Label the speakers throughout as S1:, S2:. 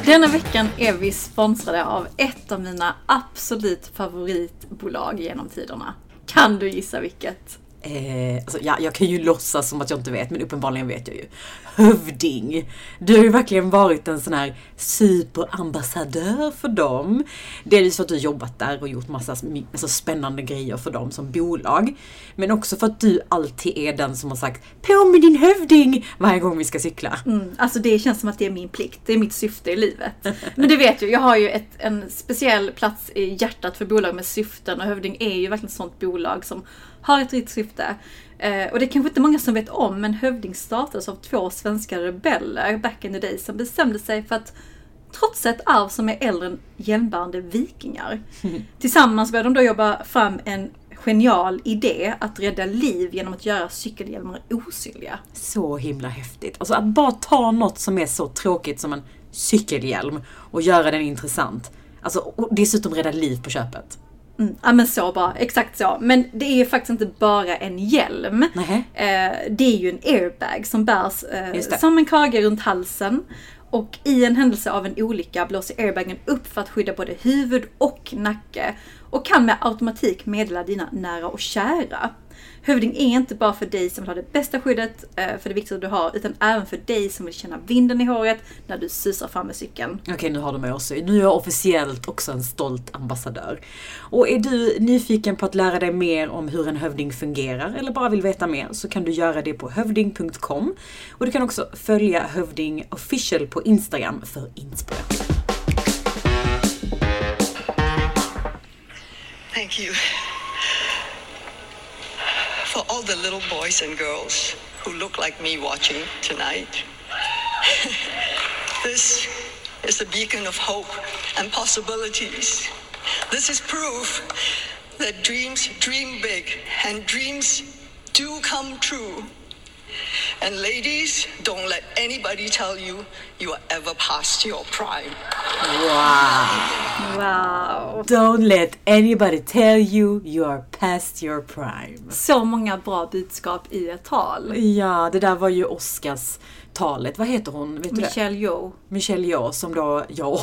S1: Denna veckan är vi sponsrade av ett av mina absolut favoritbolag genom tiderna. Kan du gissa vilket?
S2: Alltså, jag kan ju låtsas som att jag inte vet, men uppenbarligen vet jag ju. Hövding. Du har ju verkligen varit en sån här superambassadör för dem. Dels för att du jobbat där och gjort massa spännande grejer för dem som bolag. Men också för att du alltid är den som har sagt på med din hövding varje gång vi ska cykla.
S1: Alltså det känns som att det är min plikt. Det är mitt syfte i livet. Men du vet ju, jag har ju en speciell plats i hjärtat för bolag med syften. Och Hövding är ju verkligen ett sånt bolag som har ett riktigt syfte. Och det är kanske inte många som vet om, men Hövding startades av 2 svenska rebeller back in the day som bestämde sig för att trotsa ett arv som är äldre än jämnbärande vikingar. Tillsammans började de då jobba fram en genial idé att rädda liv genom att göra cykelhjälmar osynliga.
S2: Så himla häftigt. Alltså att bara ta något som är så tråkigt som en cykelhjälm och göra den intressant. Alltså, och dessutom rädda liv på köpet.
S1: Ja men så bara, exakt så. Men det är ju faktiskt inte bara en hjälm. Det är ju en airbag som bärs som en krage runt halsen. Och i en händelse av en olycka blåser airbagen upp för att skydda både huvud och nacke. Och kan med automatik meddela dina nära och kära. Hövding är inte bara för dig som vill ha det bästa skyddet för det viktigaste du har, utan även för dig som vill känna vinden i håret när du susar fram med cykeln.
S2: Okej, nu har du med oss. Nu är jag officiellt också en stolt ambassadör. Och är du nyfiken på att lära dig mer om hur en hövding fungerar eller bara vill veta mer, så kan du göra det på hövding.com. Och du kan också följa Hövding official på Instagram för inspiration.
S3: Thank you. For all the little boys and girls who look like me watching tonight. This is a beacon of hope and possibilities. This is proof that dreams dream big and dreams do come true. And ladies, don't let anybody tell you you are ever past your prime.
S1: Wow.
S2: Don't let anybody tell you you are past your prime.
S1: Så många bra budskap i ett tal.
S2: Ja, det där var ju Oscars talet. Vad heter hon? Vet
S1: Michelle Yeoh.
S2: Michelle Yeoh som då...
S1: Jo.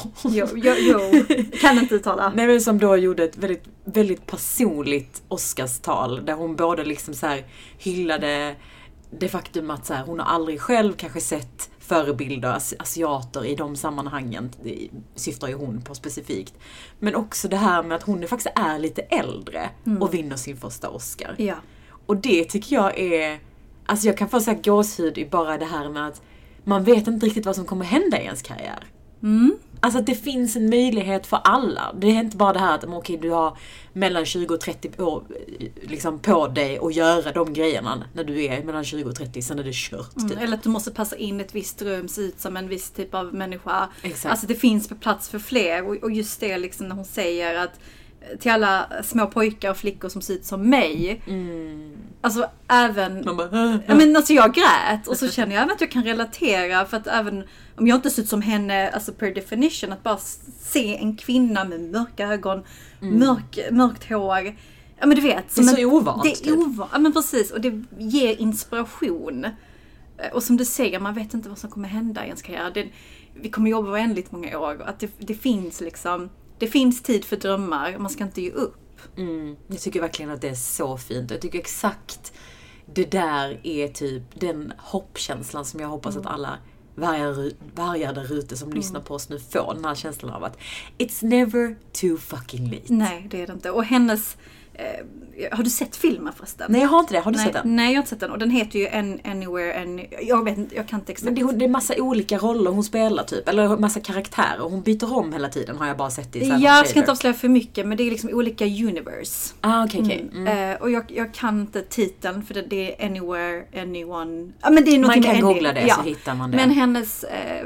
S1: Kan inte uttala.
S2: Nej, men som då gjorde ett väldigt, väldigt personligt Oscars-tal. Där hon både liksom så här hyllade det faktum att så här, hon har aldrig själv kanske sett förebilder, asiater i de sammanhangen, det syftar ju hon på specifikt. Men också det här med att hon faktiskt är lite äldre och vinner sin första Oscar.
S1: Ja.
S2: Och det tycker jag är... Alltså jag kan få så här gåshud i bara det här med att man vet inte riktigt vad som kommer hända i ens karriär. Alltså att det finns en möjlighet för alla. Det är inte bara det här att okej, du har mellan 20 och 30 år liksom på dig att göra de grejerna när du är mellan 20 och 30, sen är det kört. Typ.
S1: Eller att du måste passa in ett visst rum, se ut som en viss typ av människa.
S2: Exakt.
S1: Alltså det finns plats för fler. Och just det liksom när hon säger att till alla små pojkar och flickor som ser ut som mig. Alltså även... men alltså jag grät och så känner jag att jag kan relatera, för att även om jag inte ser ut som henne, alltså per definition, att bara se en kvinna med mörka ögon, mörkt hår. Ja men du vet.
S2: Det är så ovant.
S1: Det är ovant, ja men precis. Och det ger inspiration. Och som du säger, man vet inte vad som kommer hända i ens karriär. Vi kommer jobba oändligt många år. Att det finns liksom... Det finns tid för drömmar, man ska inte ge upp.
S2: Jag tycker verkligen att det är så fint. Jag tycker exakt det där är typ den hoppkänslan som jag hoppas att alla vargar där ute som lyssnar på oss nu får. Den här känslan av att it's never too fucking late.
S1: Nej, det är det inte. Och hennes... har du sett filmen förresten?
S2: Nej, jag har inte det. Har du sett den?
S1: Nej, jag har inte sett den. Och den heter ju Anywhere. Jag vet inte, jag kan inte exakt.
S2: Men det är massa olika roller hon spelar typ. Eller massa karaktärer. Hon byter om hela tiden, har jag bara sett i Silent
S1: Jag ska inte avslöja för mycket, men det är liksom olika universe.
S2: Okej.
S1: Och jag kan inte titeln, för det är Anywhere, Anyone. Ja, men det är
S2: man kan googla det så hittar man det.
S1: Men hennes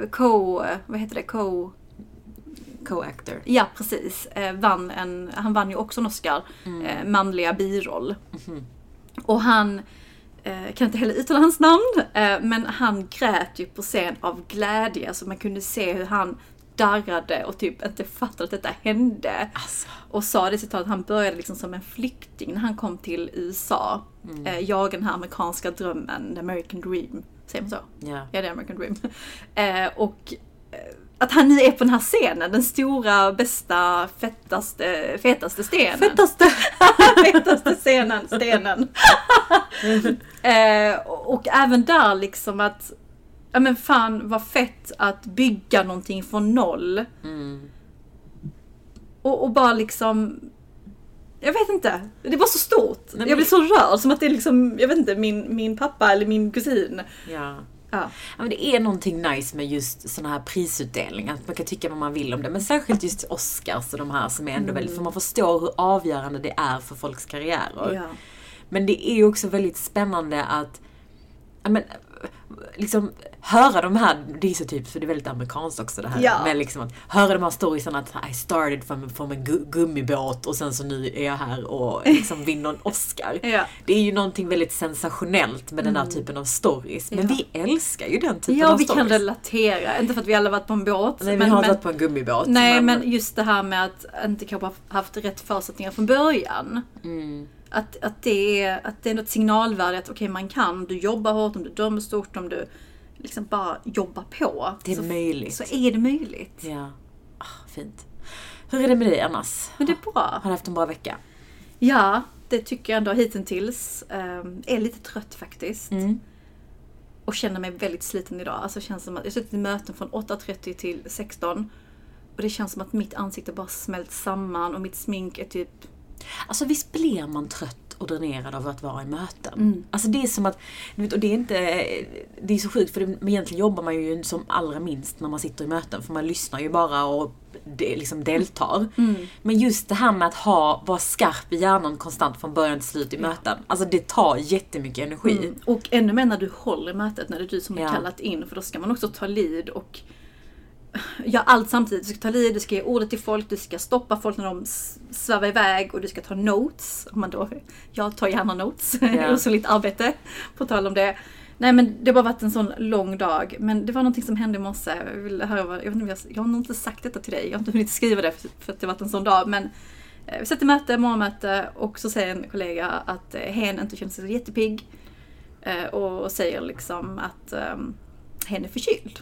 S2: co-actor.
S1: Ja, precis. Han vann ju också en Oscar, manliga biroll. Och han kan inte heller uttala hans namn, men han grät ju på scen av glädje, så man kunde se hur han darrade och typ inte fattade att detta hände. Alltså. Och sa det citat att han började liksom som en flykting när han kom till USA. Jag den här amerikanska drömmen, the American Dream. Säger man så?
S2: Yeah.
S1: Ja, det är American Dream. att han nu är på den här scenen. Den stora, bästa, fetaste stenen. Fetaste stenen. Och även där liksom att, ja men fan vad fett att bygga någonting från noll. Och bara liksom, jag vet inte, det var så stort. Nej, jag blev så rörd, som att det är liksom, jag vet inte, min pappa eller min kusin.
S2: Ja. Men det är någonting nice med just såna här prisutdelningar. Man kan tycka vad man vill om det. Men särskilt just Oscars och de här som är ändå väldigt... För man förstår hur avgörande det är för folks karriärer.
S1: Ja.
S2: Men det är ju också väldigt spännande att... liksom höra de här, det är så typ, för det är väldigt amerikanskt också det här, men liksom att höra de här storiesen att I started from en gummibåt och sen så nu är jag här och liksom vinner en Oscar. Det är ju någonting väldigt sensationellt med den här typen av stories, men vi älskar ju den typen av stories. Ja, vi kan
S1: relatera, inte för att vi alla varit på en båt.
S2: Nej, vi har inte varit på en gummibåt.
S1: Nej, men just det här med att inte kanske haft rätt förutsättningar från början. Att det är något signalvärde att okej, man kan, om du jobbar hårt, om du dömer stort, om du liksom bara jobbar på.
S2: Det är möjligt.
S1: Så är det möjligt.
S2: Ja, fint. Hur är det med dig annars?
S1: Men det är bra.
S2: Har du haft en bra vecka?
S1: Ja, det tycker jag ändå hittills. Är lite trött faktiskt. Och känner mig väldigt sliten idag. Alltså känns som att jag har suttit i möten från 8:30 till 16. Och det känns som att mitt ansikte bara smält samman och mitt smink är typ...
S2: Alltså visst blir man trött och dränerad av att vara i möten. Alltså det är som att, och det är inte, det är så sjukt för egentligen jobbar man ju som allra minst när man sitter i möten, för man lyssnar ju bara och liksom deltar. Men just det här med att vara skarp i hjärnan konstant från början till slut i möten, alltså det tar jättemycket energi.
S1: Och ännu mer när du håller mötet, när det är du som är kallat in, för då ska man också ta lead och allt samtidigt. Du ska ta lead, du ska ge ordet till folk, du ska stoppa folk när de svävar iväg och du ska ta notes. Jag tar gärna notes. Osynligt arbete, på tal om det. Nej, men det har bara varit en sån lång dag. Men det var någonting som hände i morse. Jag har nog inte sagt detta till dig. Jag har inte hunnit skriva det för att det var en sån dag. Men vi satt i morgonmöte och så säger en kollega att hen inte känner sig så jättepigg. Och säger liksom att hen är förkyld.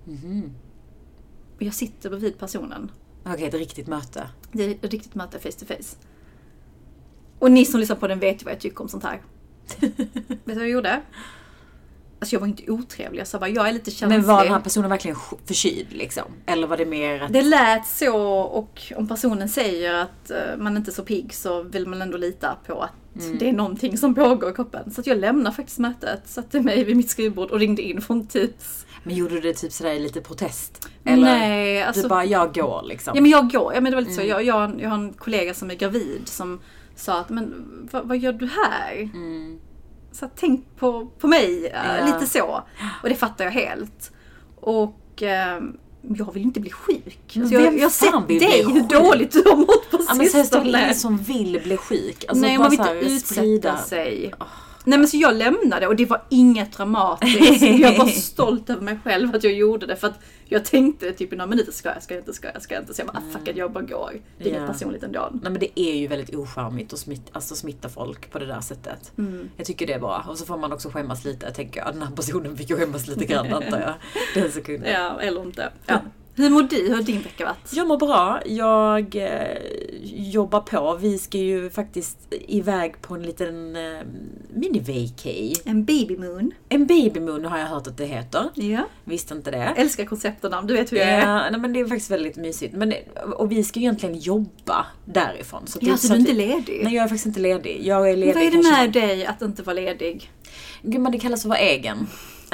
S1: Och jag sitter bredvid personen.
S2: Okej, ett riktigt möte.
S1: Det är ett riktigt möte face to face. Och ni som lyssnar på den vet ju vad jag tycker om sånt här. Vet du vad jag gjorde? Alltså jag var inte otrevlig. Jag sa bara, jag är lite känslig.
S2: Men var den här personen verkligen förkyld liksom? Eller var det mer att...
S1: Det lät så, och om personen säger att man inte är så pigg så vill man ändå lita på att det är någonting som pågår i kroppen. Så att jag lämnade faktiskt mötet, satte mig vid mitt skrivbord och ringde in från Teams.
S2: Men gjorde du det typ sådär lite protest? Eller
S1: nej, alltså...
S2: Du bara, jag går liksom.
S1: Ja, men jag går. Ja, men det var lite så. Jag har en kollega som är gravid som sa att, men vad gör du här? Så tänk på mig, lite så. Och det fattar jag helt. Och jag vill inte bli sjuk. Alltså, jag har sett dig hur dåligt du har mått på sistone.
S2: Det är ingen som vill bli sjuk. Alltså,
S1: nej, man vill inte utsätta sig. Nej, men så jag lämnade och det var inget dramatiskt. Jag var stolt över mig själv att jag gjorde det, för att jag tänkte typ i några minuter, ska jag inte. Så jag bara, fuck it, jag bara går. Det är inget personligt ändå.
S2: Nej, men det är ju väldigt ocharmigt att smitta folk på det där sättet. Jag tycker det är bra. Och så får man också skämmas lite, tänker jag. Den här personen fick ju skämmas lite grann, antar jag. Den sekunden.
S1: Ja, eller inte. Ja. Hur mår du? Hur har din vecka varit?
S2: Jag mår bra. Jag jobbar på. Vi ska ju faktiskt iväg på en liten mini-vacay.
S1: En baby moon.
S2: En baby moon har jag hört att det heter.
S1: Ja.
S2: Visste inte det.
S1: Jag älskar koncepterna. Du vet hur jag är.
S2: Nej, men det är faktiskt väldigt mysigt. Och vi ska ju egentligen jobba därifrån. Så
S1: ja, så du är inte ledig?
S2: Nej, jag är faktiskt inte ledig. Jag är ledig.
S1: Vad är det med dig att inte vara ledig?
S2: Gud, men det kallas att vara egen.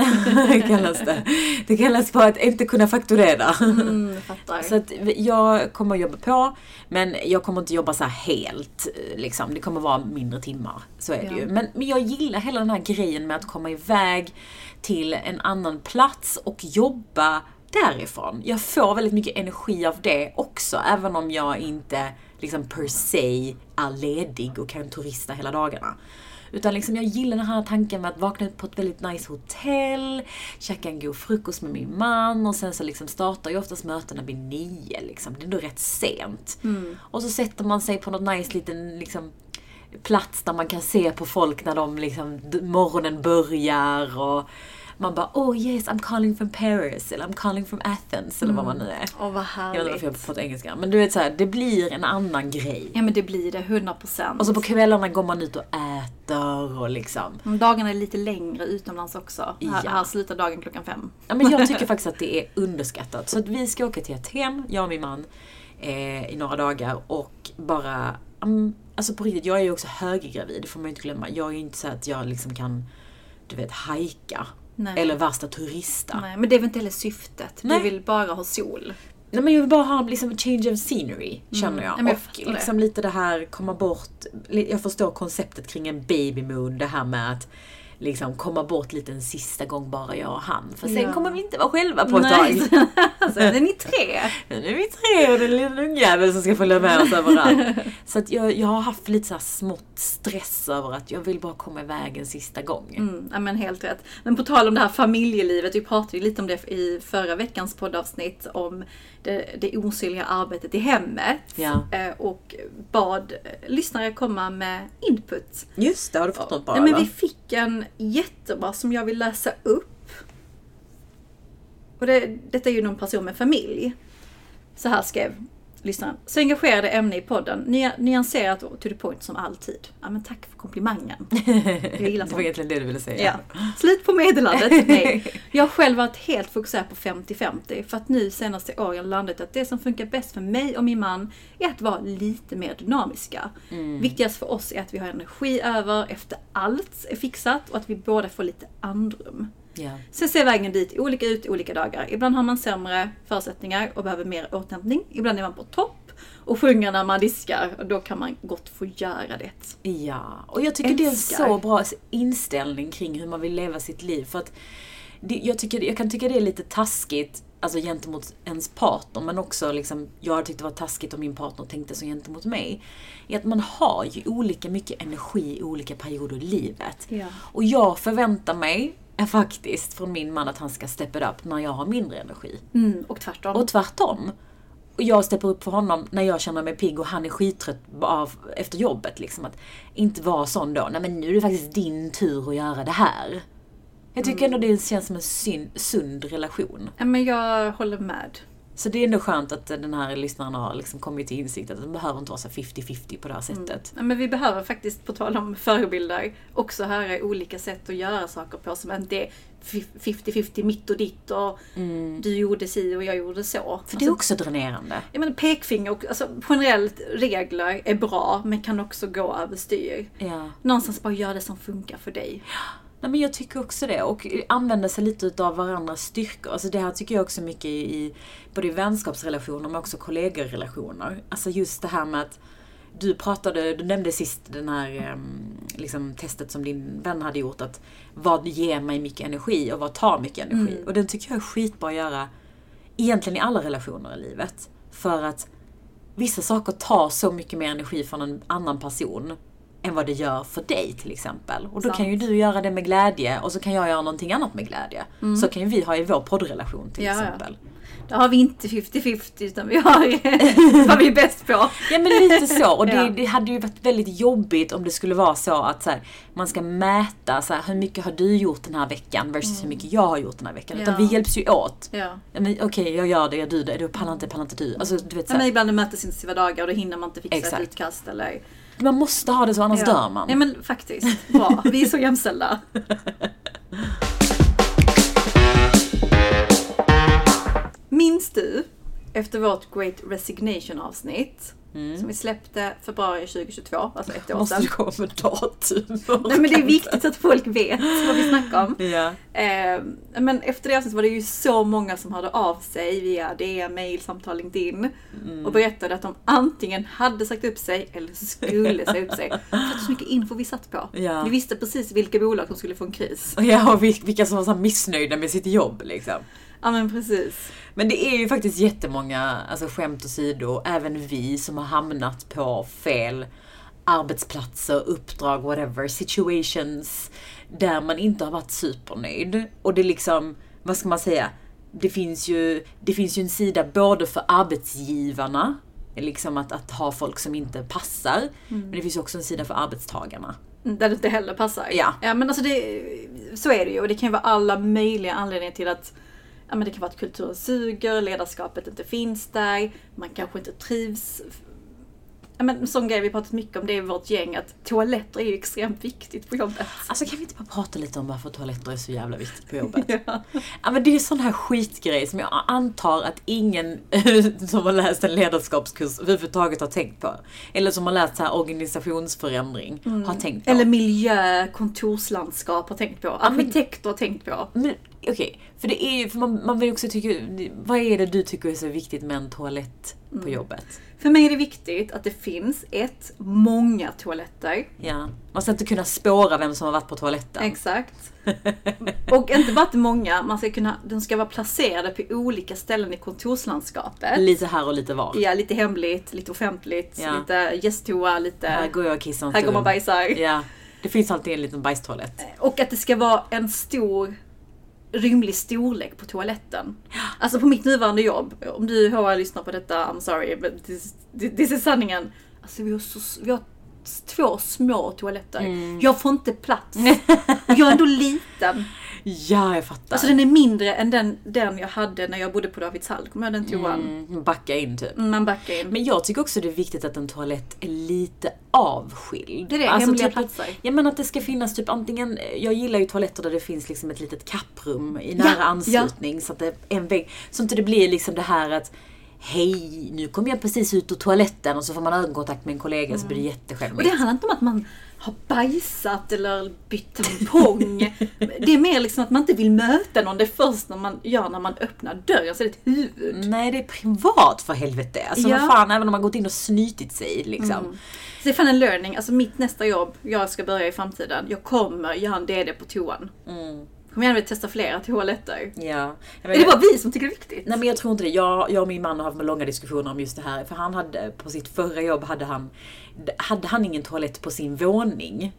S2: Det kallas på att inte kunna fakturera.
S1: Fattar.
S2: Så att jag kommer att jobba på, men jag kommer inte jobba så här helt liksom. Det kommer vara mindre timmar. Så är det ju. Men jag gillar hela den här grejen med att komma iväg till en annan plats och jobba därifrån. Jag får väldigt mycket energi av det också, även om jag inte liksom per se är ledig och kan turista hela dagarna. Utan liksom jag gillar den här tanken med att vakna upp på ett väldigt nice hotell, käka en god frukost med min man, och sen så liksom startar ju oftast mötena vid 9 liksom. Det är ändå rätt sent. Och så sätter man sig på något nice liten liksom plats där man kan se på folk när de liksom morgonen börjar, och man bara, oh yes, I'm calling from Paris, eller I'm calling from Athens, eller vad man nu är.
S1: Åh, vad härligt.
S2: Jag vet inte varför jag pratar engelska. Men du vet så här, det blir en annan grej.
S1: Ja, men det blir det, 100%.
S2: Och så på kvällarna går man ut och äter och liksom.
S1: Dagarna är lite längre utomlands också. Här slutar dagen 5:00.
S2: Ja, men jag tycker faktiskt att det är underskattat. Så att vi ska åka till Aten, jag och min man, i några dagar och bara... alltså på riktigt, jag är ju också höggravid, det får man ju inte glömma. Jag är ju inte så att jag liksom kan, du vet, hajka.
S1: Nej.
S2: Eller värsta turista.
S1: Nej, men det är väl inte heller syftet.
S2: Nej.
S1: Du vill bara ha sol.
S2: Nej, men jag vill bara ha liksom en change of scenery, känner jag.
S1: Jag
S2: och liksom lite det här, komma bort... Jag förstår konceptet kring en baby moon, det här med att liksom komma bort lite en sista gång bara jag och han. För sen kommer vi inte vara själva på ett tag.
S1: Sen är ni 3.
S2: Nu är vi 3 och det är en liten ungjävel som ska följa med oss överallt. Så att jag har haft lite så här smått stress över att jag vill bara komma iväg en sista gång.
S1: Ja, men helt rätt. Men på tal om det här familjelivet, vi pratade ju lite om det i förra veckans poddavsnitt om det osynliga arbetet i hemmet.
S2: Ja.
S1: Och bad lyssnare komma med input.
S2: Just det, har du fått något bra?
S1: Ja, men vi fick en jättebra som jag vill läsa upp. Och detta är ju någon person med familj. Så här skrev lyssnaren. Så engagerade ämne i podden. Nyanserat och to the point som alltid. Ja, men tack för komplimangen. Jag gillar
S2: det var egentligen det du ville säga.
S1: Ja. Slut på meddelandet. Nej. Jag har själv varit helt fokuserad på 50-50. För att nu senaste åren landat att det som funkar bäst för mig och min man är att vara lite mer dynamiska. Viktigast för oss är att vi har energi över efter allt är fixat och att vi båda får lite andrum.
S2: Yeah.
S1: Sen ser vägen dit olika ut olika dagar. Ibland har man sämre förutsättningar och behöver mer återhämtning. Ibland är man på topp och sjunger när man diskar. Och då kan man gott få göra det.
S2: Ja, och jag tycker det är en så bra inställning kring hur man vill leva sitt liv. För att jag kan tycka det är lite taskigt, alltså gentemot ens partner, men också liksom, jag har tyckt det var taskigt om min partner tänkte så gentemot mig. Är att man har ju olika mycket energi i olika perioder i livet.
S1: Ja.
S2: Och jag förväntar mig faktiskt från min man att han ska steppa upp när jag har mindre energi.
S1: Och tvärtom.
S2: Och tvärtom. Och jag steppar upp för honom när jag känner mig pigg och han är skittrött efter jobbet. Liksom. Att inte vara sån då. Nej, men nu är det faktiskt din tur att göra det här. Jag tycker ändå det känns som en sund relation.
S1: Ja, men jag håller med.
S2: Så det är ändå skönt att den här lyssnaren har liksom kommit till insikt att den behöver inte vara så 50-50 på det här sättet.
S1: Ja, men vi behöver faktiskt, på tal om förebilder, också höra olika sätt att göra saker på som inte är 50-50 mitt och ditt och du gjorde si och jag gjorde så.
S2: För det är också dränerande.
S1: Ja, men pekfinger och alltså, generellt regler är bra men kan också gå överstyr.
S2: Ja.
S1: Någonstans bara gör det som funkar för dig.
S2: Nej, men jag tycker också det. Och använda sig lite av varandras styrkor. Alltså det här tycker jag också mycket i både vänskapsrelationer men också kollegorrelationer. Alltså just det här med att du nämnde sist den här liksom, testet som din vän hade gjort. Att vad ger mig mycket energi och vad tar mycket energi. Och den tycker jag är skitbra att göra egentligen i alla relationer i livet. För att vissa saker tar så mycket mer energi från en annan person än vad det gör för dig till exempel. Och då kan ju du göra det med glädje och så kan jag göra någonting annat med glädje. Så kan ju vi ha i vår poddrelation till exempel.
S1: Då har vi inte 50-50 utan vi har vad vi är bäst på.
S2: Ja, men lite så. Och det hade ju varit väldigt jobbigt om det skulle vara så att så här, man ska mäta så här, hur mycket har du gjort den här veckan versus hur mycket jag har gjort den här veckan. Utan vi hjälps ju åt. Ja. Okej, jag gör det, jag du det. Du pallar inte du. Alltså, du vet, så här.
S1: Men ibland mötes intensiva dagar och då hinner man inte fixa ett utkast eller...
S2: Man måste ha det så, annars dör man.
S1: Nej, men faktiskt. Bra. Vi är så jämställda. Minns du efter vårt Great Resignation avsnitt som vi släppte februari 2022, alltså ett år sedan.
S2: Måste du komma med datum?
S1: Nej, men det är viktigt att folk vet vad vi snackar om.
S2: Ja.
S1: Men efter det avsnittet var det ju så många som hörde av sig via DM, mail, samtal, LinkedIn och berättade att de antingen hade sagt upp sig eller skulle säga upp sig. För att så mycket info vi satt på.
S2: Ja.
S1: Vi visste precis vilka bolag som skulle få en kris.
S2: Ja, och vilka som var så missnöjda med sitt jobb liksom.
S1: Ja, men precis.
S2: Men det är ju faktiskt jättemånga, alltså skämt åsido, även vi som har hamnat på fel arbetsplatser, uppdrag, whatever, situations där man inte har varit supernöjd. Och det liksom, vad ska man säga, det finns ju en sida både för arbetsgivarna, liksom att ha folk som inte passar, men det finns också en sida för arbetstagarna.
S1: Där det inte heller passar.
S2: Ja.
S1: Ja, men alltså så är det ju. Och det kan ju vara alla möjliga anledningar till att ja, men det kan vara att kulturen suger, ledarskapet inte finns där, man kanske inte trivs. Ja, men sån grej vi pratat mycket om det i vårt gäng, att toaletter är ju extremt viktigt på jobbet.
S2: Alltså kan vi inte bara prata lite om varför toaletter är så jävla viktigt på jobbet?
S1: Ja.
S2: Ja, men det är sån här skitgrej som jag antar att ingen som har läst en ledarskapskurs överhuvudtaget har tänkt på. Eller som har läst så här organisationsförändring har tänkt på.
S1: Eller miljö, kontorslandskap har tänkt på. Arkitekter har tänkt på.
S2: Men okej, för det är ju, för man vill också tycka, vad är det du tycker är så viktigt med en toalett på jobbet?
S1: För mig är det viktigt att det finns många toaletter.
S2: Ja, man ska inte kunna spåra vem som har varit på toaletten.
S1: Exakt. Och inte bara att många, de ska vara placerade på olika ställen i kontorslandskapet.
S2: Lite här och lite var.
S1: Ja, lite hemligt, lite offentligt, lite gästtoa, lite...
S2: Här går jag och kissar en
S1: Här går
S2: stund.
S1: man bajsar.
S2: Ja, det finns alltid en liten bajstoalett.
S1: Och att det ska vara en rymlig storlek på toaletten. Alltså på mitt nuvarande jobb, om du har lyssnat på detta, I'm sorry, but this is sanningen. Alltså vi har 2 små toaletter. Jag får inte plats. Jag är ändå liten.
S2: Ja, jag fattar.
S1: Alltså den är mindre än den jag hade när jag bodde på Davidshall. Kommer jag den toan?
S2: Backa in typ.
S1: Man backar in.
S2: Men jag tycker också det är viktigt att en toalett är lite avskild.
S1: Det är det,
S2: alltså
S1: hemliga
S2: typ
S1: platser.
S2: Ja, men att det ska finnas typ antingen, jag gillar ju toaletter där det finns liksom ett litet kapprum i nära anslutning så att det är en vägg. Så inte det blir liksom det här att hej, nu kommer jag precis ut ur toaletten och så får man ögonkontakt med en kollega så blir det jätteskämmigt.
S1: Och det handlar inte om att man har bajsat eller bytt tampong. Det är mer liksom att man inte vill möta någon. Det är först när man öppnar dörren så är det ett huvud.
S2: Nej, det är privat för helvete. Alltså vad fan, även om man gått in och snytit sig liksom.
S1: Så det är fan en learning. Alltså mitt nästa jobb, jag ska börja i framtiden. Jag kommer göra en DD på toan. Kommer gärna testa flera toaletter.
S2: Ja.
S1: Är det bara vi som tycker det är viktigt?
S2: Nej, men jag tror inte det. Jag och min man har haft långa diskussioner om just det här. För han hade, på sitt förra jobb hade han ingen toalett på sin våning.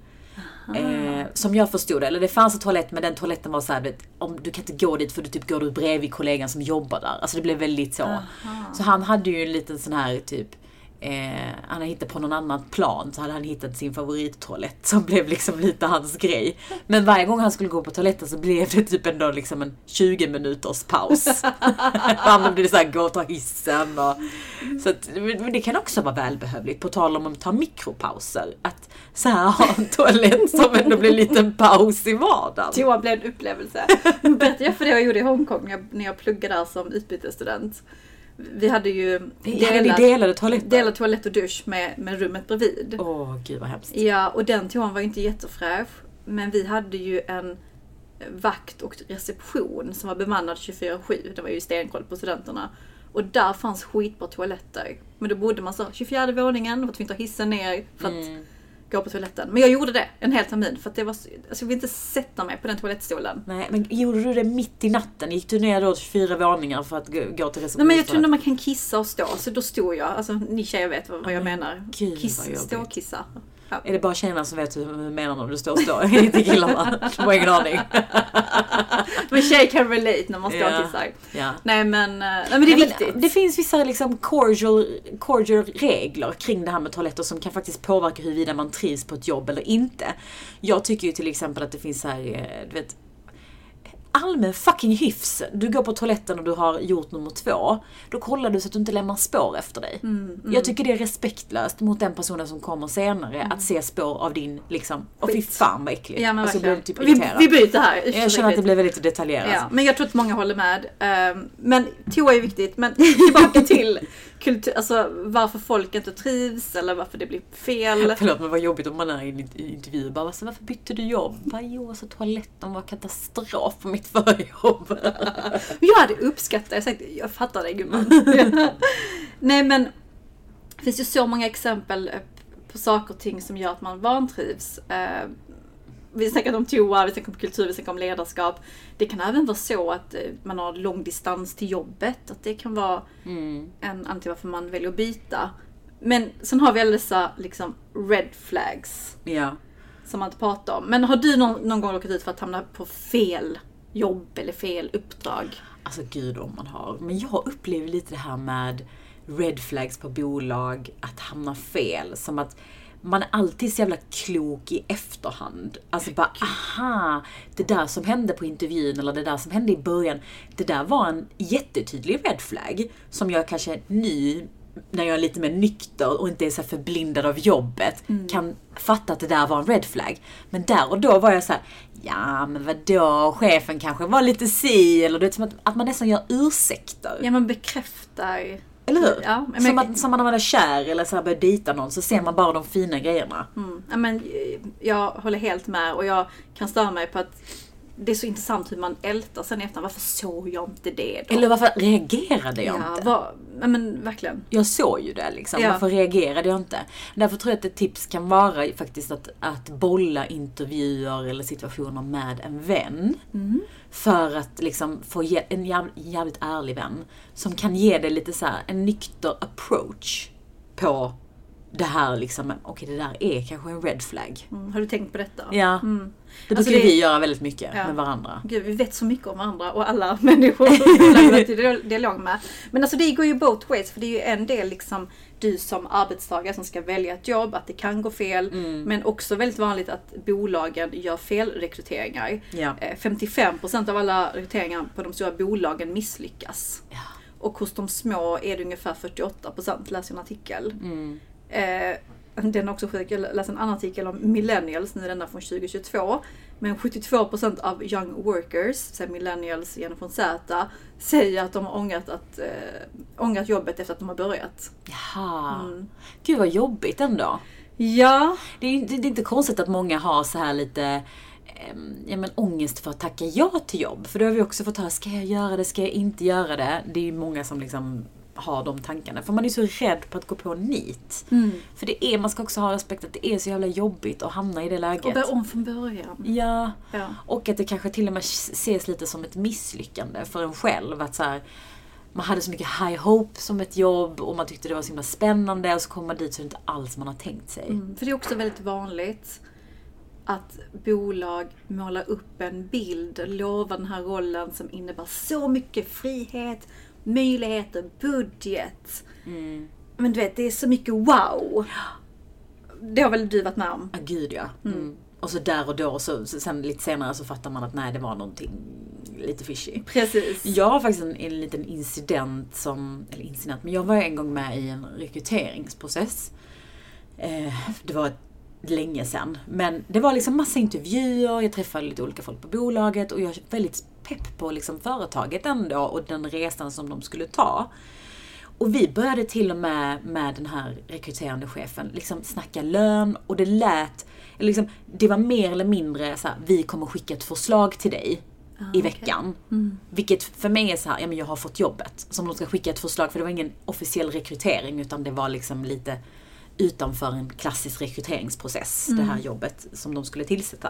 S2: Som jag förstod det. Eller det fanns en toalett, men den toaletten var så här, om du kan inte gå dit för du typ går bredvid kollegan som jobbar där. Alltså det blev väldigt så. Så han hade ju en liten sån här typ han hade hittat på någon annan plan, så hade han hittat sin favorittoalett som blev liksom lite hans grej. Men varje gång han skulle gå på toaletten så blev det typ ändå liksom en 20 minuters paus. Han blev så här, gå och ta hissen och, så att, men det kan också vara välbehövligt på tal om att ta mikropauser, att så här ha en toalett som ändå blir en liten paus i vardagen.
S1: Toa blev en upplevelse. Berättade jag för det jag gjorde i Hongkong när jag pluggade där som utbytesstudent. Vi hade ju
S2: delade
S1: toalett och dusch med rummet bredvid.
S2: Gud vad hemskt.
S1: Ja, och den toan var ju inte jättefräsch. Men vi hade ju en vakt och reception som var bemannad 24/7. Det var ju stenkoll på studenterna. Och där fanns skitbra toaletter. Men då bodde man så 24:e våningen och var tvungen att ta hissen ner för att gå på toaletten. Men jag gjorde det en hel termin för att det var alltså jag ville inte sätta mig på den toalettstolen.
S2: Nej, men gjorde du det mitt i natten? Gick du ner då 24 våningar för att gå till receptionen?
S1: Nej, men jag tror inte man kan kissa och stå, så då stod jag. Alltså ni tjejer vet vad jag menar.
S2: Gud,
S1: Stå och kissa. Ja.
S2: Är det bara tjejerna som vet hur du menar när du står och stå? Inte killarna. De har ingen aning.
S1: Men tjejer kan relate när man står och kissar.
S2: Ja.
S1: Nej, men det är viktigt.
S2: Det finns vissa liksom cordial regler kring det här med toaletter som kan faktiskt påverka huruvida man trivs på ett jobb eller inte. Jag tycker ju till exempel att det finns så här, du vet, allmän fucking hyfs. Du går på toaletten och du har gjort nummer 2. Då kollar du så att du inte lämnar spår efter dig. Jag tycker det är respektlöst mot den personen som kommer senare att se spår av din liksom. Och fy fan vad äckligt.
S1: Ja, men
S2: alltså,
S1: verkligen.
S2: typ
S1: Vi byter här.
S2: Jag känner att det blir väldigt detaljerat.
S1: Ja, men jag tror att många håller med. Men toa är viktigt. Men tillbaka till kultur, alltså varför folk inte trivs eller varför det blir fel.
S2: Förlåt, men vad jobbigt om man är i en intervju. Bara, alltså, varför bytte du jobb? Jo, alltså toaletten var katastrof på mitt förra jobb.
S1: Jag hade uppskattat, jag fattar det gumman. Nej, men det finns ju så många exempel på saker och ting som gör att man vantrivs. Vi snackar om toa, vi snackar om kultur, vi snackar om ledarskap. Det kan även vara så att man har lång distans till jobbet. Att det kan vara en anledning till varför man väljer att byta. Men sen har vi alla dessa liksom red flags.
S2: Ja.
S1: Som man inte pratar om. Men har du någon gång råkat ut för att hamna på fel jobb eller fel uppdrag?
S2: Alltså gud om man har. Men jag upplever lite det här med red flags på bolag, att hamna fel. Som att man är alltid så jävla klok i efterhand. Alltså bara, aha, det där som hände på intervjun eller det där som hände i början, det där var en jättetydlig red flag som jag kanske nu, när jag är lite mer nykter och inte är så förblindad av jobbet, kan fatta att det där var en red flag. Men där och då var jag så här, ja men vadå, chefen kanske var lite si, eller det är som att man nästan gör ursäkter.
S1: Ja, man bekräftar.
S2: Eller hur?
S1: Ja,
S2: som när man är kär eller så här börjar dejta någon, så ser man bara de fina grejerna.
S1: Ja, men jag håller helt med, och jag kan störa mig på att det är så intressant hur man ältar sen efter. Varför såg jag inte det då?
S2: Eller varför reagerade jag inte?
S1: Men verkligen.
S2: Jag såg ju det liksom.
S1: Ja.
S2: Varför reagerade jag inte? Därför tror jag att ett tips kan vara faktiskt att bolla intervjuer eller situationer med en vän. För att liksom få en jävligt ärlig vän som kan ge dig lite så här en nykter approach på det här liksom. Okej, det där är kanske en red flag.
S1: Har du tänkt på detta?
S2: Ja. Det brukar vi göra väldigt mycket med varandra.
S1: Gud, vi vet så mycket om varandra och alla människor som vi till dialog med. Men alltså det går ju both ways, för det är ju en del liksom du som arbetstagare som ska välja ett jobb, att det kan gå fel. Men också väldigt vanligt att bolagen gör felrekryteringar.
S2: Ja.
S1: 55% av alla rekryteringar på de stora bolagen misslyckas.
S2: Ja.
S1: Och hos de små är det ungefär 48%, läser en artikel. Den är också sjuk. Jag läste en annan artikel om millennials, nu är denna från 2022. Men 72% av young workers, så millennials genom Z, säger att de har ångrat jobbet efter att de har börjat.
S2: Jaha. Gud vad jobbigt ändå.
S1: Ja.
S2: Det är inte konstigt att många har så här lite ångest för att tacka ja till jobb. För då har vi också fått höra, ska jag göra det, ska jag inte göra det? Det är ju många som liksom har de tankarna. För man är så rädd på att gå på nit. För man ska också ha respekt att det är så jävla jobbigt att hamna i det läget.
S1: Och börja om från början.
S2: Ja. Och att det kanske till och med ses lite som ett misslyckande för en själv. Att så här, man hade så mycket high hope som ett jobb och man tyckte det var så himla spännande, och så kommer man dit så det inte alls man har tänkt sig.
S1: För det är också väldigt vanligt att bolag målar upp en bild, lovar den här rollen som innebär så mycket frihet, möjligheter, budget. Men du vet, det är så mycket wow. Det har väl du varit med om?
S2: Ja, gud ja. Och så där och då, så sen lite senare så fattar man att nej, det var någonting lite fishy.
S1: Precis.
S2: Jag har faktiskt en liten incident, men jag var en gång med i en rekryteringsprocess. Det var länge sedan. Men det var liksom massa intervjuer, jag träffade lite olika folk på bolaget och jag var väldigt pepp på liksom företaget ändå och den resan som de skulle ta. Och vi började till och med den här rekryterande chefen liksom snacka lön, och det lät liksom, det var mer eller mindre så här, vi kommer skicka ett förslag till dig i veckan. Vilket för mig är så här, jag har fått jobbet som de ska skicka ett förslag, för det var ingen officiell rekrytering utan det var liksom lite utanför en klassisk rekryteringsprocess, det här jobbet som de skulle tillsätta.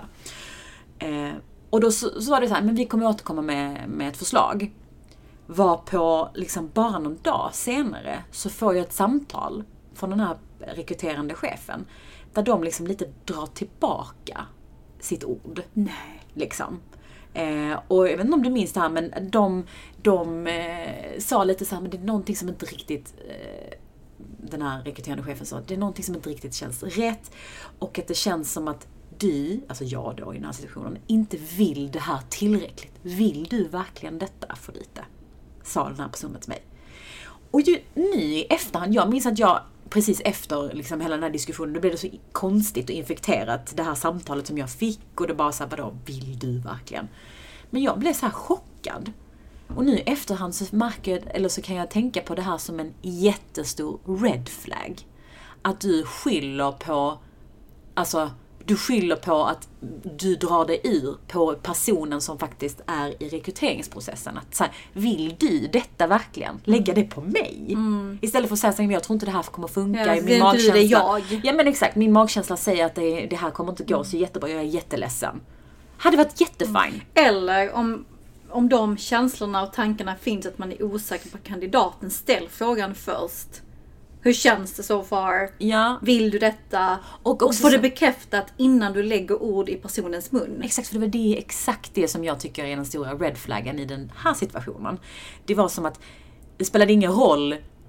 S2: Och då så var det så här, men vi kommer återkomma med ett förslag. Var på liksom bara någon dag senare så får jag ett samtal från den här rekryterande chefen där de liksom lite drar tillbaka sitt ord.
S1: Nej.
S2: Liksom. Och jag vet inte om du minns det här, men de sa lite så här, men det är någonting som inte riktigt den här rekryterande chefen sa, det är någonting som inte riktigt känns rätt, och att det känns som att du, alltså jag då i den här situationen, inte vill det här tillräckligt. Vill du verkligen detta, Afrodite? Sa den här personen till mig. Och ju nu i efterhand, jag minns att jag precis efter liksom hela den här diskussionen, då blev det så konstigt och infekterat, det här samtalet som jag fick, och det bara så här, vadå, vill du verkligen? Men jag blev så här chockad. Och nu i efterhand så så kan jag tänka på det här som en jättestor red flag. Att du skyller på att du drar dig ur på personen som faktiskt är i rekryteringsprocessen. Att så här, vill du detta verkligen? Lägga det på mig? Istället för att säga så här, jag tror inte det här kommer funka.
S1: Ja,
S2: min magkänsla,
S1: det är jag.
S2: Ja men exakt, min magkänsla säger att det här kommer inte gå så jättebra. Jag är jätteledsen. Hade varit jättefin.
S1: Eller om de känslorna och tankarna finns att man är osäker på kandidaten, ställ frågan först. Hur känns det so far?
S2: Ja.
S1: Vill du detta? Och få det bekräftat innan du lägger ord i personens mun.
S2: Exakt, för det är exakt det som jag tycker är den stora red flaggen i den här situationen. Det var som att det spelade ingen roll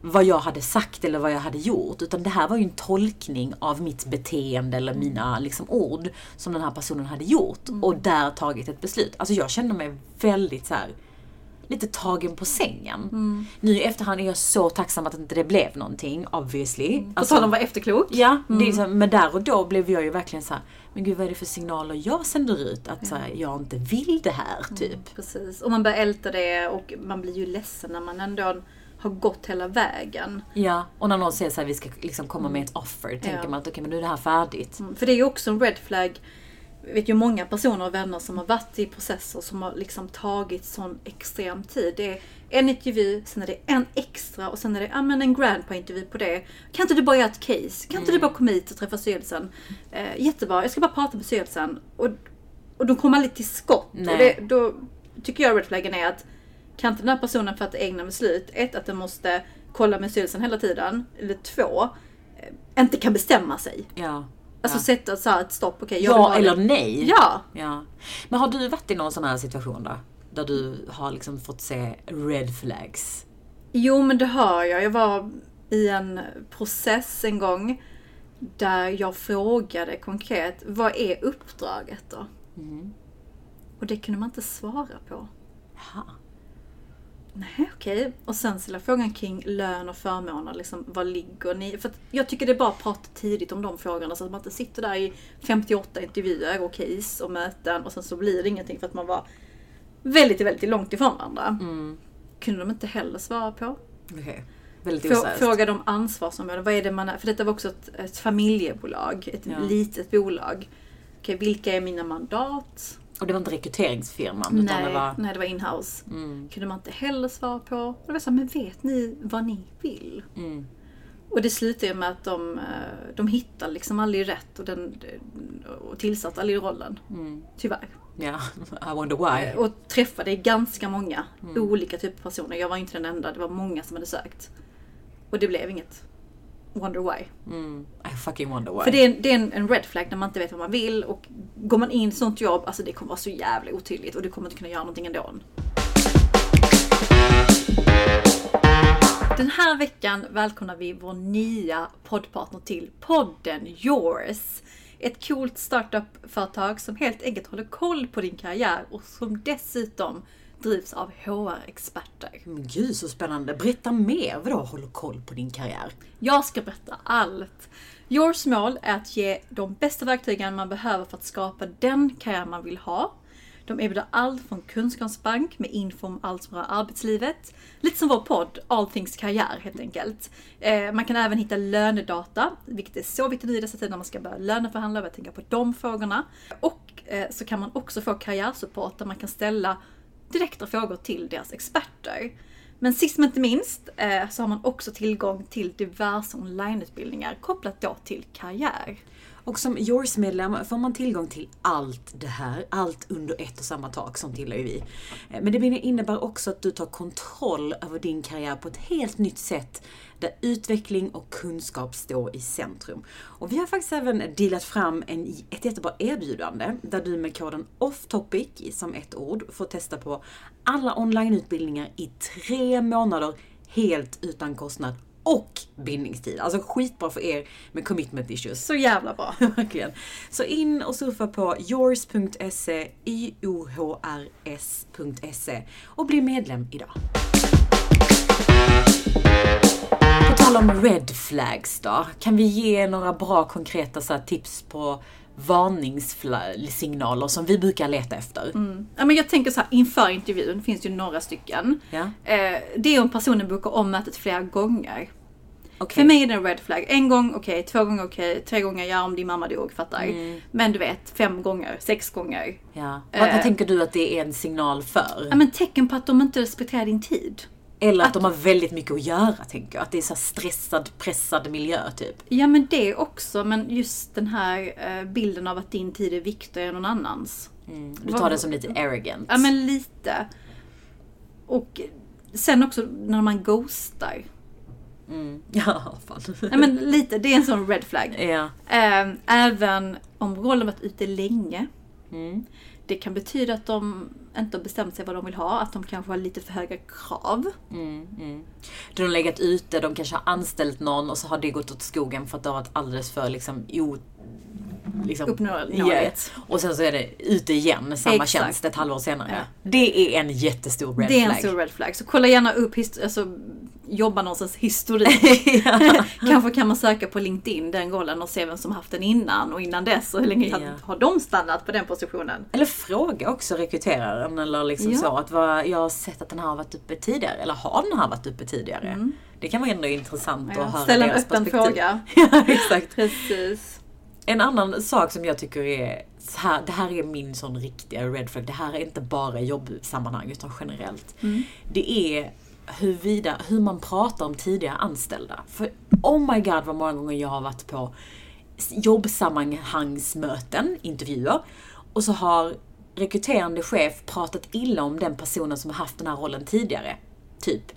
S2: vad jag hade sagt eller vad jag hade gjort. Utan det här var ju en tolkning av mitt beteende eller mina liksom, ord som den här personen hade gjort. Och där tagit ett beslut. Alltså jag kände mig väldigt så här, lite tagen på sängen. Nu i efterhand är jag så tacksam att inte det blev någonting, obviously.
S1: På tal om att vara efterklok.
S2: Ja, det är så, men där och då blev jag ju verkligen så här, men gud vad är det för signaler jag sänder ut? Att så här, jag inte vill det här, typ.
S1: Precis, och man börjar älta det och man blir ju ledsen när man ändå har gått hela vägen.
S2: Ja, och när någon säger så här, vi ska liksom komma med ett offer, tänker man att okej, men nu är det här färdigt.
S1: För det är ju också en red flag. Jag vet ju många personer och vänner som har varit i processer som har liksom tagit sån extrem tid. Det är en intervju, sen är det en extra och sen är det en grandpa-intervju på det. Kan inte du bara göra ett case? Kan inte du bara komma hit och träffa styrelsen? Jättebra, jag ska bara prata med styrelsen. Och de kommer aldrig till skott. Och då tycker jag red flaggen är att kan inte den här personen fatta egna beslut? Ett, att den måste kolla med styrelsen hela tiden. Eller två, inte kan bestämma sig.
S2: Ja.
S1: Alltså sätta så här ett stopp, okej.
S2: Ja eller nej.
S1: Ja.
S2: Men har du varit i någon sån här situation då? Där du har liksom fått se red flags?
S1: Jo, men det har jag. Jag var i en process en gång där jag frågade konkret, vad är uppdraget då? Och det kunde man inte svara på.
S2: Jaha.
S1: Nej, okej. Och sen ställa frågan kring lön och förmåner. Liksom, vad ligger ni? För att jag tycker det är bara att prata tidigt om de frågorna. Så att man inte sitter där i 58 intervjuer och case och möten. Och sen så blir det ingenting för att man var väldigt, väldigt långt ifrån varandra. Kunde de inte heller svara på.
S2: Okay. Väldigt oseriöst.
S1: Fråga de ansvarsområden. Vad är det man är? För detta var också ett familjebolag. Ett litet bolag. Okej, vilka är mina mandat?
S2: Och det var inte rekryteringsfirman?
S1: Nej,
S2: utan
S1: det var in-house. Kunde man inte heller svara på. Och det var så här, men vet ni vad ni vill? Och det slutar ju med att de hittar liksom aldrig rätt och tillsatt aldrig rollen. Tyvärr.
S2: Ja, I wonder why.
S1: Och träffade ganska många olika typer av personer. Jag var inte den enda, det var många som hade sökt. Och det blev inget. Wonder why.
S2: I fucking wonder why.
S1: För det är en red flag när man inte vet vad man vill. Och går man in i sånt jobb, alltså det kommer vara så jävla otydligt. Och du kommer inte kunna göra någonting ändå. Den här veckan välkomnar vi vår nya poddpartner till podden Yours. Ett coolt startup-företag som helt enkelt håller koll på din karriär och som dessutom drivs av HR-experter.
S2: Men gud så spännande. Berätta mer, vadå håller koll på din karriär?
S1: Jag ska berätta allt. Yours mål är att ge de bästa verktygen man behöver för att skapa den karriär man vill ha. De erbjuder allt från kunskapsbank med info om allt som rör arbetslivet. Lite som vår podd, All Things Karriär helt enkelt. Man kan även hitta lönedata, vilket är så viktigt i dessa tider när man ska börja löneförhandla och tänka på de frågorna. Och så kan man också få karriärsupport där man kan ställa direkta frågor till deras experter. Men sist men inte minst så har man också tillgång till diverse onlineutbildningar kopplat då till karriär.
S2: Och som Yours-medlem får man tillgång till allt det här, allt under ett och samma tak som tillhör vi. Men det innebär också att du tar kontroll över din karriär på ett helt nytt sätt där utveckling och kunskap står i centrum. Och vi har faktiskt även dealat fram ett jättebra erbjudande där du med koden OFFTOPIC som ett ord får testa på alla onlineutbildningar i 3 månader helt utan kostnad och bindningstid. Alltså skitbra för er med commitment issues.
S1: Så jävla bra.
S2: Verkligen. Så in och surfa på yours.se, yohrs.se och bli medlem idag. På tal om red flags då, kan vi ge några bra konkreta så här, tips på varningssignaler som vi brukar leta efter?
S1: Ja, men jag tänker så här, inför intervjun finns det ju några stycken.
S2: Ja.
S1: Det är om personen bokar om mötet flera gånger.
S2: Okay.
S1: För mig är det en red flag. 1 gång okej, 2 gånger okej, 3 gånger ja om din mamma dog, fattar. Men du vet, 5 gånger, 6 gånger.
S2: Ja. Vad tänker du att det är en signal för?
S1: Ja, men tecken på att de inte respekterar din tid.
S2: Eller att de har väldigt mycket att göra, tänker jag. Att det är så stressad, pressad miljö, typ.
S1: Ja, men det också. Men just den här bilden av att din tid är viktigare än någon annans.
S2: Du tar det som lite arrogant.
S1: Ja, men lite. Och sen också när man ghostar.
S2: Ja, fan.
S1: Ja, men lite. Det är en sån red flag.
S2: Ja.
S1: Även om rollen varit ute länge. det kan betyda att de inte har bestämt sig vad de vill ha. Att de kanske har lite för höga krav.
S2: De har legat ute, de kanske har anställt någon och så har det gått åt skogen för att det har varit alldeles för
S1: Uppnåeligt.
S2: Och sen så är det ute igen, samma tjänst ett halvår senare. Ja. Det är en jättestor red flag.
S1: Det är en stor red flag. Så kolla gärna upp jobba någonstans historik. Kanske kan man söka på LinkedIn den rollen och se vem som haft den innan och innan dess och hur länge har de stannat på den positionen.
S2: Eller fråga också rekryteraren eller liksom så att jag har sett att den här har varit uppe tidigare eller har den här varit uppe tidigare. Det kan vara ändå intressant att höra
S1: ställa
S2: deras
S1: en öppen
S2: perspektiv.
S1: fråga.
S2: Ja, exakt.
S1: Precis.
S2: En annan sak som jag tycker är så här, det här är min sån riktiga red flag. Det här är inte bara i jobbsammanhang utan generellt. Det är hur man pratar om tidigare anställda. För oh my god vad många gånger jag har varit på jobbsammanhangsmöten, intervjuer, och så har rekryterande chef pratat illa om den personen som har haft den här rollen tidigare. Typ,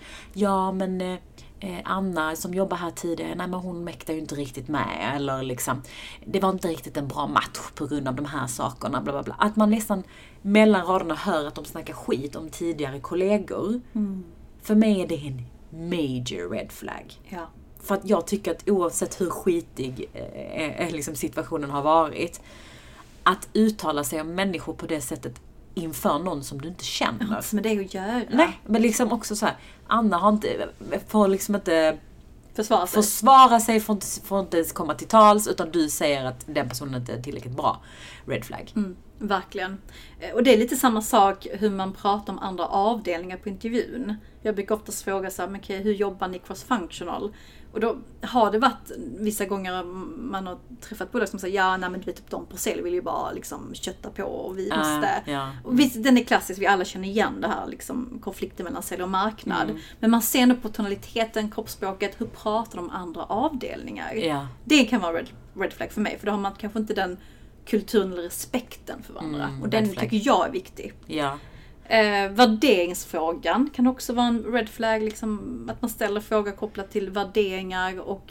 S2: Anna som jobbar här tidigare, nej men hon mäktar ju inte riktigt med, eller liksom, det var inte riktigt en bra match på grund av de här sakerna, bla bla bla. Att man nästan mellan raderna hör att de snackar skit om tidigare kollegor. För mig är det en major red flag.
S1: Ja.
S2: För att jag tycker att oavsett hur skitig liksom situationen har varit, att uttala sig om människor på det sättet inför någon som du inte känner.
S1: Det har inte med det att göra.
S2: Nej, men liksom också så här, Anna får liksom inte
S1: försvara
S2: sig, får inte ens komma till tals, utan du säger att den personen inte är tillräckligt bra. Red flag.
S1: Verkligen. Och det är lite samma sak hur man pratar om andra avdelningar på intervjun. Jag brukar ofta fråga så här, men hur jobbar ni cross-functional? Och då har det varit vissa gånger man har träffat bolag som säger, men du vet, de på sälj vill ju bara liksom kötta på och vi måste. Och visst, den är klassisk, vi alla känner igen det här liksom, konflikten mellan sälj och marknad. Men man ser nog på tonaliteten, kroppsspråket, hur pratar de om andra avdelningar? Det kan vara red flag för mig, för då har man kanske inte den kulturen eller respekten för varandra. Och den tycker jag är viktig.
S2: Ja.
S1: Värderingsfrågan kan också vara en red flag, liksom, att man ställer frågor kopplat till värderingar, och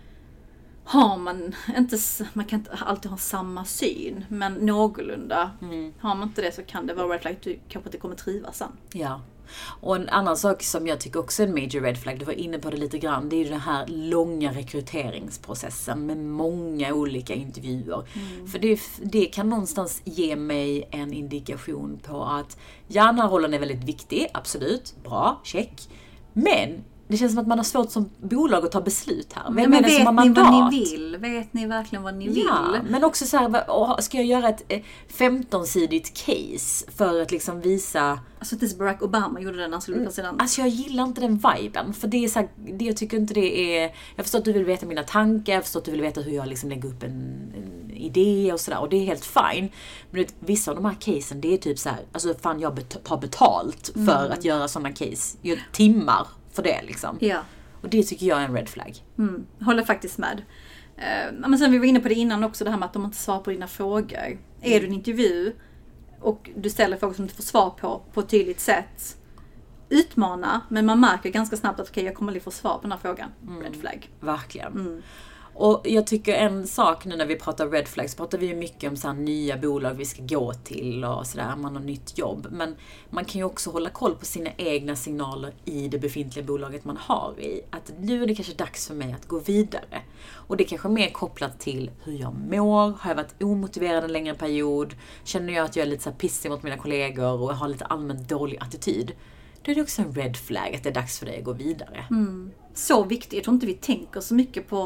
S1: man kan inte alltid ha samma syn, men någorlunda. Har man inte det så kan det vara red flag att du kanske inte kommer trivas sen.
S2: Ja. Och en annan sak som jag tycker också är en major red flag, du var inne på det lite grann, det är ju den här långa rekryteringsprocessen med många olika intervjuer. För det kan någonstans ge mig en indikation på att den här rollen är väldigt viktig, absolut, bra, check. Men det känns som att man har svårt som bolag att ta beslut här. Vem är det som har mandat?
S1: Vad ni vill? Vet ni verkligen vad ni vill?
S2: Men också så här, ska jag göra ett 15-sidigt case för att liksom visa...
S1: Alltså tills Barack Obama gjorde den, han skulle bli president.
S2: Alltså jag gillar inte den viben. För det är så här, jag tycker inte det är... Jag förstår att du vill veta mina tankar, jag förstår att du vill veta hur jag liksom lägger upp en idé och sådär. Och det är helt fine. Men vissa av de här casen, det är typ så här, alltså fan jag tar betalt för att göra sådana case. Jag timmar för det liksom.
S1: Ja.
S2: Och det tycker jag är en red flag.
S1: Håller faktiskt med. Men sen vi var inne på det innan också, det här med att de inte svarar på dina frågor. Är du en intervju och du ställer frågor som du får svar på ett tydligt sätt, utmana, men man märker ganska snabbt att jag kommer att få svar på den här frågan. Red flag.
S2: Verkligen. Och jag tycker en sak nu när vi pratar red flags, pratar vi ju mycket om så här nya bolag vi ska gå till och sådär, man har nytt jobb. Men man kan ju också hålla koll på sina egna signaler i det befintliga bolaget man har i. Att nu är det kanske dags för mig att gå vidare. Och det är kanske mer kopplat till hur jag mår. Har jag varit omotiverad en längre period? Känner jag att jag är lite så här pissig mot mina kollegor och har lite allmänt dålig attityd? Då är det också en red flag att det är dags för dig att gå vidare.
S1: Så viktigt. Jag tror inte vi tänker så mycket på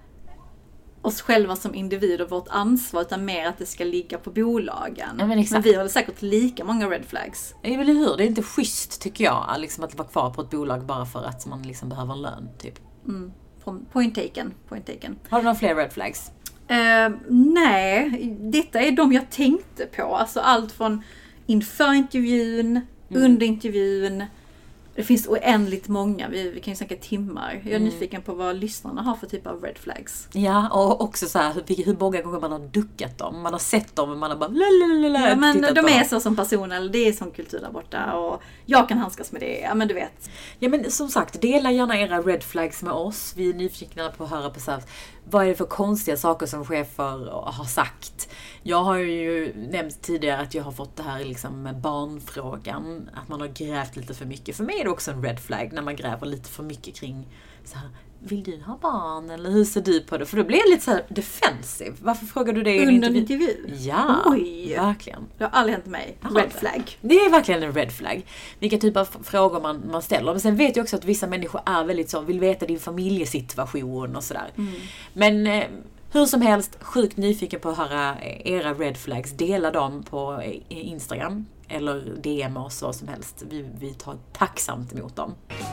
S1: oss själva som individ och vårt ansvar, utan mer att det ska ligga på bolagen.
S2: Men
S1: vi har säkert lika många red flags.
S2: Eller hur? Det är inte schysst tycker jag, liksom att vara kvar på ett bolag bara för att man liksom behöver en lön typ.
S1: Point taken.
S2: Har du några fler red flags?
S1: Nej, detta är de jag tänkte på. Alltså allt från inför intervjun, under intervjun, Det finns oändligt många, vi kan ju snacka timmar. Jag är nyfiken på vad lyssnarna har för typ av red flags.
S2: Ja, och också så här, hur många gånger man har duckat dem. Man har sett dem och man har bara lalalala,
S1: ja, men de är
S2: dem.
S1: så som personer, eller det är som kultur där borta och jag kan handskas med det, ja men du vet.
S2: Ja, men som sagt, dela gärna era red flags med oss. Vi är nyfikna på att höra på så här, vad är det för konstiga saker som chefer har sagt. Jag har ju nämnt tidigare att jag har fått det här liksom med barnfrågan, att man har grävt lite för mycket. För mig är det också en red flag när man gräver lite för mycket kring så här, vill du ha barn eller hur ser du på det? För då blir det lite så här defensive. Varför frågar du det i en
S1: Under en intervju?
S2: Ja,
S1: Oj.
S2: verkligen.
S1: Det har aldrig hänt mig. Red flag.
S2: Det är verkligen en red flag. Vilka typer av frågor man ställer. Men sen vet jag också att vissa människor är väldigt så, vill veta din familjesituation och sådär. Men hur som helst, sjukt nyfiken på att höra era red flags. Dela dem på Instagram eller DM oss, vad som helst. Vi tar tacksamt emot dem.